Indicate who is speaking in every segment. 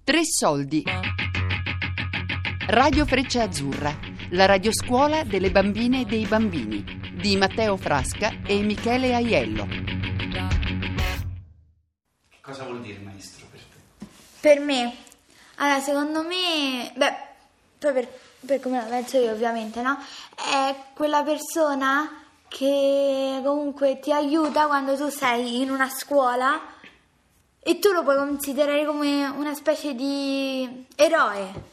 Speaker 1: Tre soldi. Radio Freccia Azzurra, la radioscuola delle bambine e dei bambini, di Matteo Frasca e Michele Aiello.
Speaker 2: Che cosa vuol dire maestro per te?
Speaker 3: Per me? Allora, secondo me, poi per come la penso io ovviamente, no? È quella persona che comunque ti aiuta quando tu sei in una scuola e tu lo puoi considerare come una specie di eroe.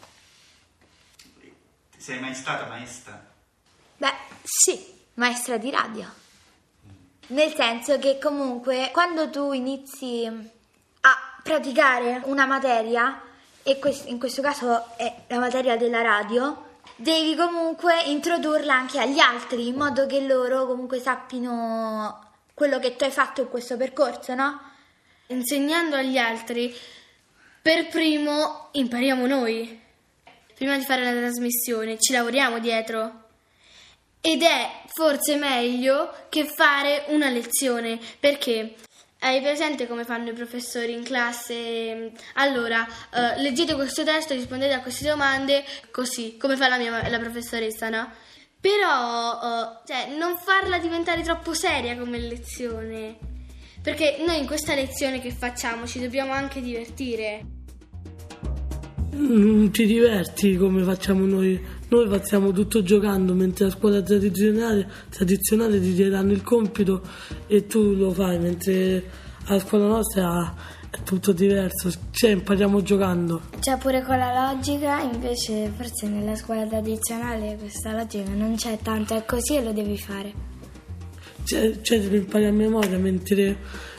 Speaker 2: Sei mai stata maestra?
Speaker 3: Sì, maestra di radio. Nel senso che comunque quando tu inizi a praticare una materia, e in questo caso è la materia della radio, devi comunque introdurla anche agli altri, in modo che loro comunque sappino quello che tu hai fatto in questo percorso, no?
Speaker 4: Insegnando agli altri, per primo impariamo noi. Prima di fare la trasmissione ci lavoriamo dietro. Ed è forse meglio che fare una lezione, perché hai presente come fanno i professori in classe? Allora, leggete questo testo, rispondete a queste domande, così, come fa la professoressa, no? Però, non farla diventare troppo seria come lezione, perché noi in questa lezione che facciamo ci dobbiamo anche divertire.
Speaker 5: Non ti diverti come facciamo noi? Noi facciamo tutto giocando, mentre a scuola tradizionale ti diranno il compito e tu lo fai, mentre a scuola nostra è tutto diverso, impariamo giocando.
Speaker 6: C'è pure con la logica, invece forse nella scuola tradizionale questa logica non c'è tanto, è così e lo devi fare.
Speaker 5: Devi imparare a memoria, mentre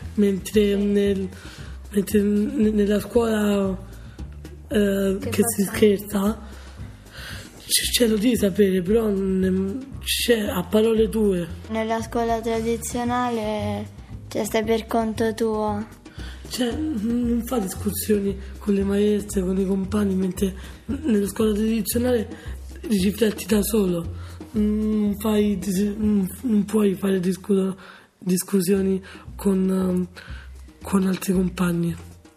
Speaker 5: nella scuola che si scherza lo devi sapere, però c'è a parole tue.
Speaker 6: Nella scuola tradizionale stai per conto tuo.
Speaker 5: Non fa discussioni con le maestre, con i compagni, mentre nella scuola tradizionale rifletti da solo, non puoi fare discussioni con altri compagni.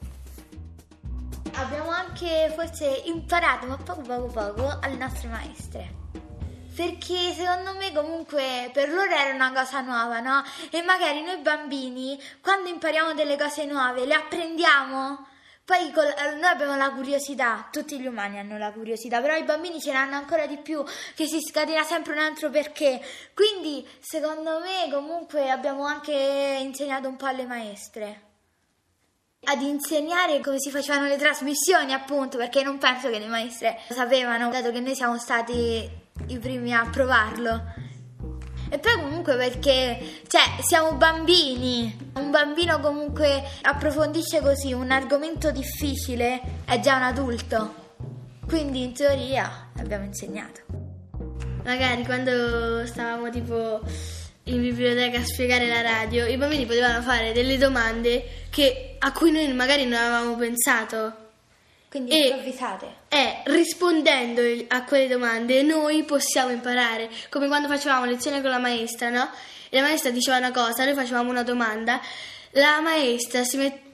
Speaker 3: Abbiamo anche forse imparato, ma poco, alle nostre maestre. Perché secondo me comunque per loro era una cosa nuova, no? E magari noi bambini, quando impariamo delle cose nuove, le apprendiamo. Poi noi abbiamo la curiosità, tutti gli umani hanno la curiosità, però i bambini ce l'hanno ancora di più, che si scatena sempre un altro perché. Quindi secondo me comunque abbiamo anche insegnato un po' alle maestre ad insegnare come si facevano le trasmissioni, appunto, perché non penso che le maestre lo sapevano, dato che noi siamo stati i primi a provarlo. E poi comunque perché siamo bambini, un bambino comunque approfondisce così un argomento difficile, è già un adulto, quindi in teoria l'abbiamo insegnato.
Speaker 4: Magari quando stavamo tipo in biblioteca a spiegare la radio, i bambini potevano fare delle domande a cui noi magari non avevamo pensato.
Speaker 3: Quindi improvvisate.
Speaker 4: Rispondendo a quelle domande noi possiamo imparare, come quando facevamo lezione con la maestra, no? E la maestra diceva una cosa, noi facevamo una domanda, la maestra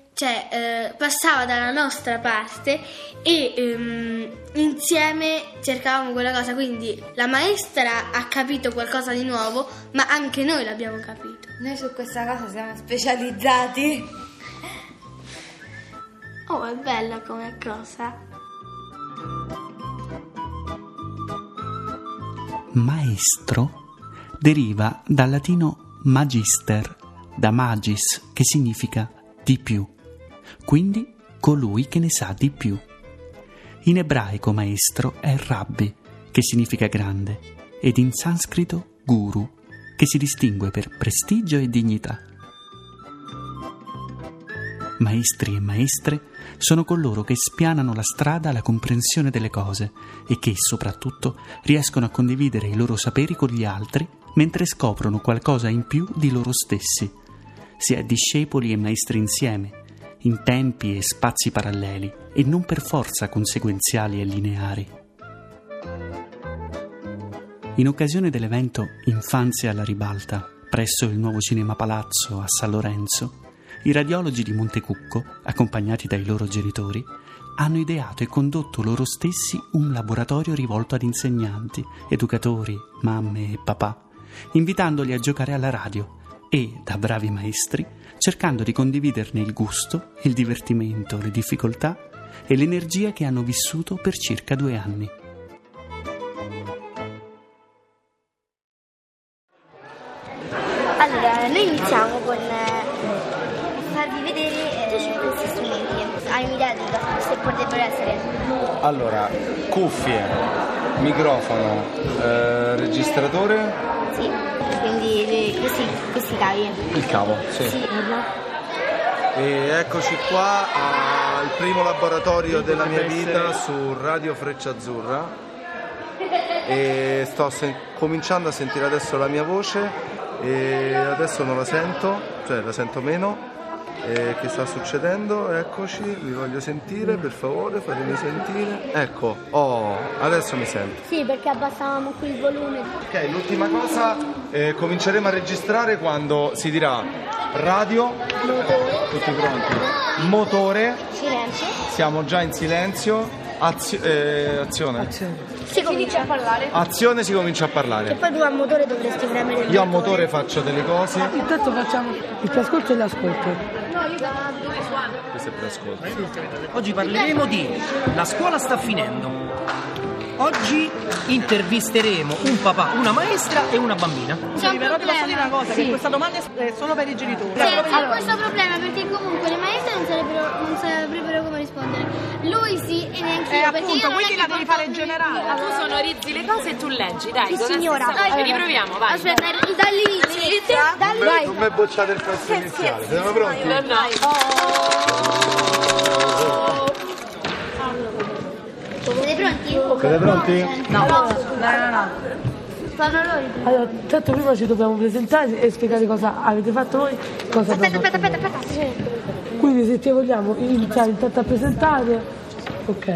Speaker 4: passava dalla nostra parte e insieme cercavamo quella cosa, quindi la maestra ha capito qualcosa di nuovo, ma anche noi l'abbiamo capito.
Speaker 3: Noi su questa cosa siamo specializzati.
Speaker 4: Oh, è bella come cosa.
Speaker 7: Maestro deriva dal latino magister, da magis, che significa di più, quindi colui che ne sa di più. In ebraico maestro è rabbi, che significa grande, ed in sanscrito guru, che si distingue per prestigio e dignità. Maestri e maestre sono coloro che spianano la strada alla comprensione delle cose e che, soprattutto, riescono a condividere i loro saperi con gli altri mentre scoprono qualcosa in più di loro stessi. Si è discepoli e maestri insieme, in tempi e spazi paralleli e non per forza conseguenziali e lineari. In occasione dell'evento Infanzia alla ribalta, presso il nuovo Cinema Palazzo a San Lorenzo, i radiologi di Montecucco, accompagnati dai loro genitori, hanno ideato e condotto loro stessi un laboratorio rivolto ad insegnanti, educatori, mamme e papà, invitandoli a giocare alla radio e, da bravi maestri, cercando di condividerne il gusto, il divertimento, le difficoltà e l'energia che hanno vissuto per circa 2 anni.
Speaker 6: Allora, noi iniziamo con farvi vedere questi strumenti. Hai un'idea di cosa potrebbero essere?
Speaker 8: Allora, cuffie, microfono, registratore.
Speaker 6: Sì, quindi questi cavi.
Speaker 8: Il cavo, sì. E eccoci qua al primo laboratorio della mia vita su Radio Frecciazzurra e sto cominciando a sentire adesso la mia voce e adesso non la sento, cioè la sento meno. Che sta succedendo? Eccoci, vi voglio sentire, per favore, fatemi sentire. Ecco, adesso mi sento.
Speaker 6: Sì, perché abbassavamo qui il volume.
Speaker 8: Ok, l'ultima cosa, cominceremo a registrare quando si dirà radio, tutti pronti, motore,
Speaker 6: silenzio,
Speaker 8: siamo già in silenzio, azione.
Speaker 6: Si comincia a parlare.
Speaker 8: Azione, si comincia a parlare.
Speaker 6: E poi tu al motore dovresti premere il
Speaker 8: Io al motore faccio delle cose.
Speaker 5: Intanto facciamo il preascolto e l'ascolto.
Speaker 8: Questo è per ascolto.
Speaker 9: Oggi parleremo di La scuola sta finendo. Oggi intervisteremo un papà, una maestra e una bambina.
Speaker 10: Però ti posso dire una cosa, che questa domanda è solo per i genitori.
Speaker 4: C'è questo problema perché comunque le maestre non saprebbero come rispondere. Lui sì e neanche io.
Speaker 10: Appunto, quindi la devi fare in generale.
Speaker 11: Tu sonorizzi le cose e tu leggi, dai.
Speaker 6: Sì, signora.
Speaker 11: Riproviamo, vai.
Speaker 4: Aspetta, dall'inizio.
Speaker 8: Non mi è bocciato il passo iniziale. Siamo pronti?
Speaker 4: Siete pronti?
Speaker 8: Siete pronti?
Speaker 10: No.
Speaker 4: Fanno loro.
Speaker 5: Allora, tanto prima ci dobbiamo presentare e spiegare cosa avete fatto voi, cosa abbiamo fatto.
Speaker 6: Aspetta.
Speaker 5: Quindi se ti vogliamo iniziare intanto a presentare. Ok.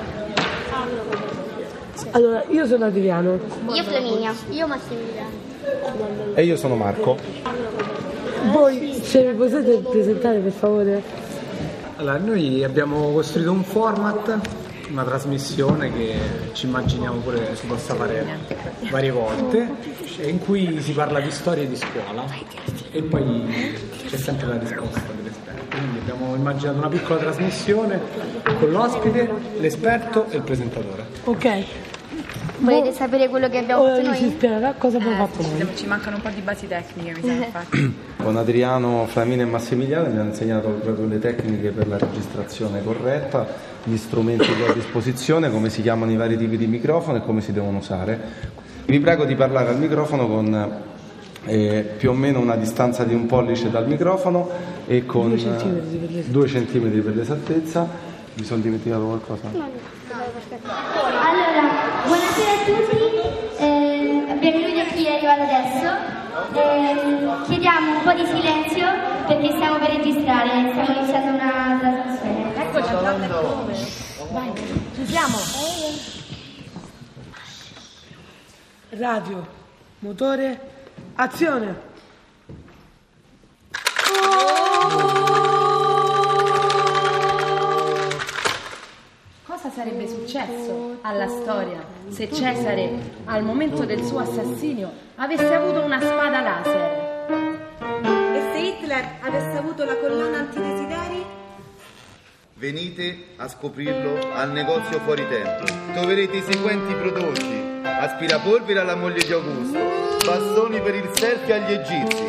Speaker 5: Allora, io sono Adriano.
Speaker 6: Io Flaminia. Io Massimiliano.
Speaker 8: E io sono Marco.
Speaker 5: Voi se vi potete presentare per favore?
Speaker 12: Allora, noi abbiamo costruito un format, una trasmissione che ci immaginiamo pure si possa fare varie volte, in cui si parla di storie di scuola e poi c'è sempre la risposta dell'esperto. Quindi abbiamo immaginato una piccola trasmissione con l'ospite, l'esperto e il presentatore.
Speaker 5: Ok.
Speaker 6: Volete sapere quello che abbiamo fatto noi?
Speaker 5: Ci spiegherà cosa abbiamo fatto noi.
Speaker 10: Ci mancano un po' di basi tecniche, mi sa, infatti.
Speaker 8: Con Adriano, Flaminia e Massimiliano mi hanno insegnato proprio le tecniche per la registrazione corretta, gli strumenti che ho a disposizione, come si chiamano i vari tipi di microfono e come si devono usare. Vi prego di parlare al microfono con più o meno una distanza di 1 pollice dal microfono e con 2 centimetri per l'esattezza. Mi sono dimenticato qualcosa?
Speaker 6: Allora, buonasera a tutti, benvenuti a chi è arrivato adesso. Chiediamo un po' di silenzio perché stiamo per registrare, stiamo iniziando una trasmissione.
Speaker 10: Eccoci, vai, ci siamo.
Speaker 5: Radio, motore, azione.
Speaker 11: Cosa sarebbe successo alla storia se Cesare, al momento del suo assassinio, avesse avuto una spada laser?
Speaker 13: E se Hitler avesse avuto la collana antidesideri?
Speaker 14: Venite a scoprirlo al negozio Fuori Tempo. Troverete i seguenti prodotti: aspirapolvere alla moglie di Augusto, bastoni per il selfie agli egizi,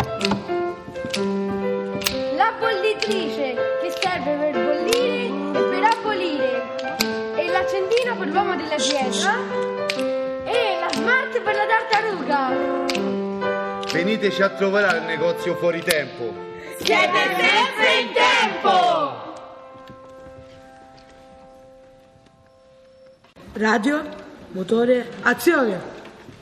Speaker 4: La bollitrice che serve per bollire e per abolire, e l'accendino per l'uomo della pietra, e la smart per la tartaruga.
Speaker 14: veniteci a trovare al negozio Fuori Tempo.
Speaker 4: Siete sempre in tempo!
Speaker 5: Radio, motore, azione.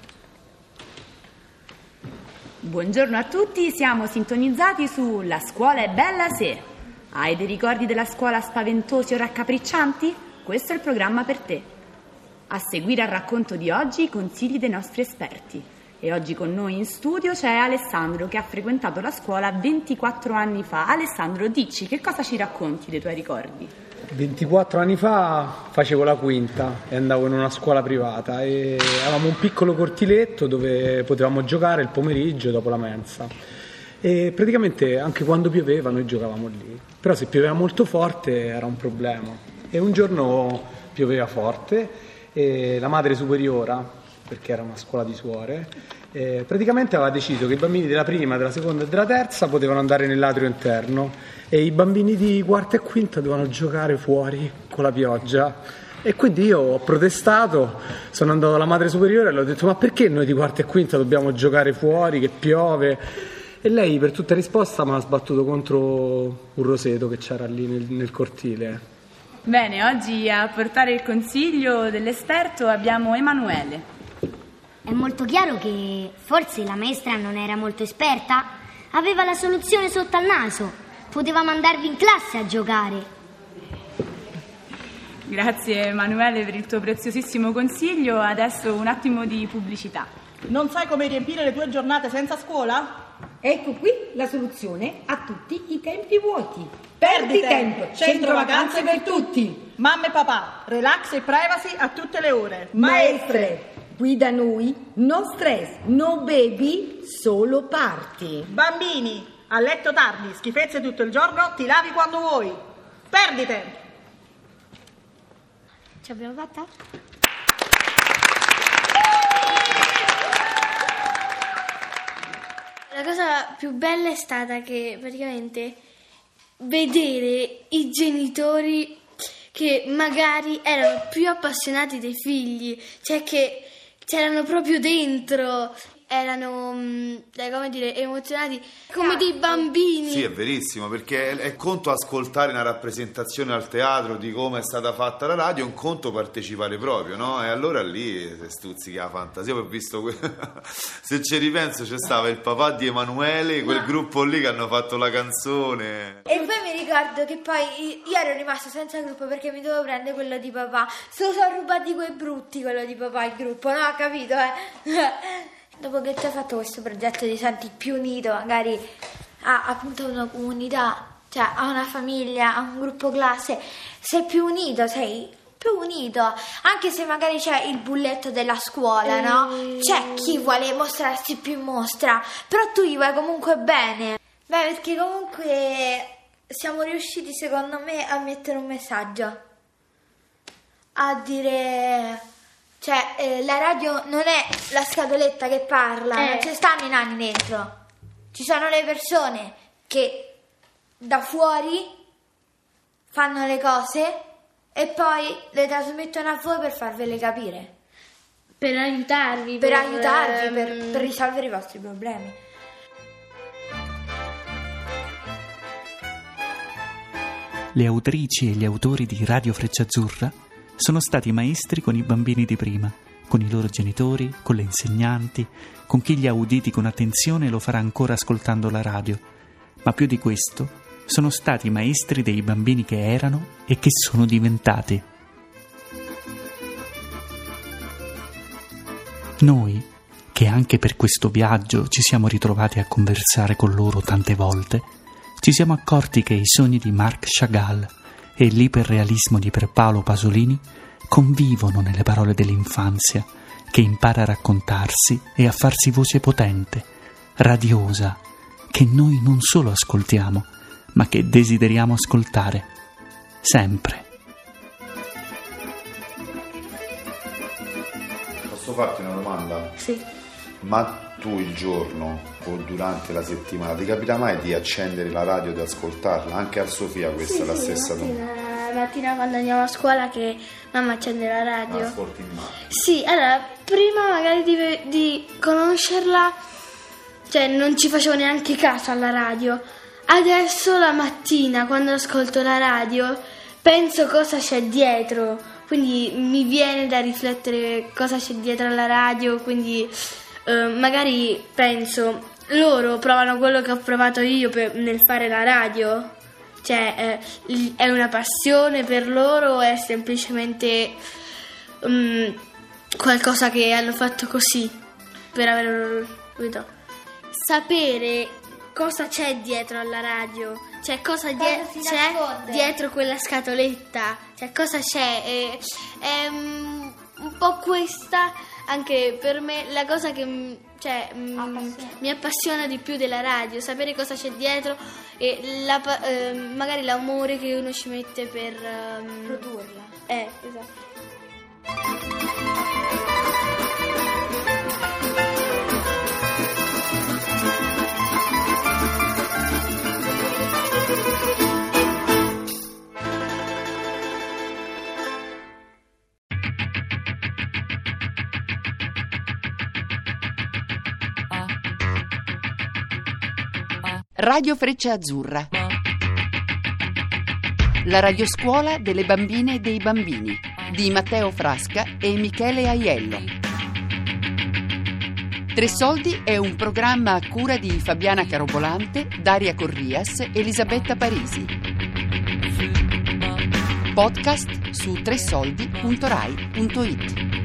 Speaker 15: Buongiorno a tutti, siamo sintonizzati su La scuola è bella se. Hai dei ricordi della scuola spaventosi o raccapriccianti? Questo è il programma per te. A seguire al racconto di oggi i consigli dei nostri esperti. E oggi con noi in studio c'è Alessandro che ha frequentato la scuola 24 anni fa. Alessandro, dici, che cosa ci racconti dei tuoi ricordi?
Speaker 12: 24 anni fa facevo la quinta e andavo in una scuola privata e avevamo un piccolo cortiletto dove potevamo giocare il pomeriggio dopo la mensa e praticamente anche quando pioveva noi giocavamo lì, però se pioveva molto forte era un problema e un giorno pioveva forte e la madre superiora, perché era una scuola di suore, praticamente aveva deciso che i bambini della prima, della seconda e della terza potevano andare nell'atrio interno e i bambini di quarta e quinta dovevano giocare fuori con la pioggia e quindi io ho protestato, sono andato alla madre superiore e le ho detto: ma perché noi di quarta e quinta dobbiamo giocare fuori che piove? E lei per tutta risposta mi ha sbattuto contro un roseto che c'era lì nel cortile.
Speaker 15: Bene, oggi a portare il consiglio dell'esperto abbiamo Emanuele.
Speaker 6: È molto chiaro che forse la maestra non era molto esperta, aveva la soluzione sotto al naso, poteva mandarvi in classe a giocare.
Speaker 15: Grazie Emanuele per il tuo preziosissimo consiglio, adesso un attimo di pubblicità.
Speaker 10: Non sai come riempire le tue giornate senza scuola?
Speaker 16: Ecco qui la soluzione a tutti i tempi vuoti.
Speaker 10: Perdi tempo, centro vacanze per tutti. Mamma e papà, relax e privacy a tutte le ore.
Speaker 16: Maestre, qui da noi no stress, no baby, solo party.
Speaker 10: Bambini, a letto tardi, schifezze tutto il giorno, ti lavi quando vuoi. Perdi tempo.
Speaker 3: Ce l'abbiamo fatta?
Speaker 4: La cosa più bella è stata che praticamente vedere i genitori che magari erano più appassionati dei figli, cioè che c'erano proprio dentro, erano, come dire, emozionati come dei bambini.
Speaker 14: Sì, è verissimo, perché è conto ascoltare una rappresentazione al teatro di come è stata fatta la radio, è un conto partecipare proprio, no? E allora lì stuzzica la fantasia. Ho visto se ci ripenso c'è stava il papà di Emanuele, quel gruppo lì che hanno fatto la canzone.
Speaker 3: E poi mi ricordo che poi io ero rimasta senza gruppo perché mi dovevo prendere quello di papà. Se lo sono rubati quei brutti, quello di papà, il gruppo, no? Capito, Dopo che tu hai fatto questo progetto di senti più unito, magari a appunto una comunità, cioè a una famiglia, a un gruppo classe, sei più unito, anche se magari c'è il bulletto della scuola, no? C'è chi vuole mostrarsi più mostra, però tu gli vuoi comunque bene. Beh, perché comunque siamo riusciti secondo me a mettere un messaggio, a dire... Cioè, la radio non è la scatoletta che parla, non ci stanno i nani dentro. Ci sono le persone che da fuori fanno le cose e poi le trasmettono a voi per farvele capire.
Speaker 4: Per aiutarvi.
Speaker 3: Per risolvere i vostri problemi.
Speaker 7: Le autrici e gli autori di Radio Frecciazzurra sono stati maestri con i bambini di prima, con i loro genitori, con le insegnanti, con chi li ha uditi con attenzione e lo farà ancora ascoltando la radio. Ma più di questo, sono stati maestri dei bambini che erano e che sono diventati. Noi, che anche per questo viaggio ci siamo ritrovati a conversare con loro tante volte, ci siamo accorti che i sogni di Marc Chagall e l'iperrealismo di Pierpaolo Pasolini convivono nelle parole dell'infanzia che impara a raccontarsi e a farsi voce potente, radiosa, che noi non solo ascoltiamo, ma che desideriamo ascoltare, sempre.
Speaker 14: Posso farti una domanda?
Speaker 4: Sì.
Speaker 14: Ma tu il giorno o durante la settimana ti capita mai di accendere la radio ed ascoltarla? Anche a Sofia questa è la stessa domanda.
Speaker 4: La mattina quando andiamo a scuola che mamma accende la radio.
Speaker 14: La ascolti in mano.
Speaker 4: Sì, allora prima magari di conoscerla, cioè non ci facevo neanche caso alla radio. Adesso la mattina quando ascolto la radio penso cosa c'è dietro, quindi mi viene da riflettere cosa c'è dietro alla radio, quindi magari penso loro provano quello che ho provato io nel fare la radio, cioè è una passione per loro o è semplicemente qualcosa che hanno fatto così per aver, sapere cosa c'è dietro alla radio, cioè cosa
Speaker 3: si
Speaker 4: c'è
Speaker 3: nasconde
Speaker 4: dietro quella scatoletta, cioè cosa c'è. È un po' questa anche per me la cosa che mi appassiona di più della radio, sapere cosa c'è dietro e magari l'amore che uno ci mette per
Speaker 3: produrla.
Speaker 4: Esatto.
Speaker 1: Radio Freccia Azzurra, la radioscuola delle bambine e dei bambini di Matteo Frasca e Michele Aiello. Tre Soldi è un programma a cura di Fabiana Carobolante, Daria Corrias e Elisabetta Parisi. Podcast su tresoldi.rai.it.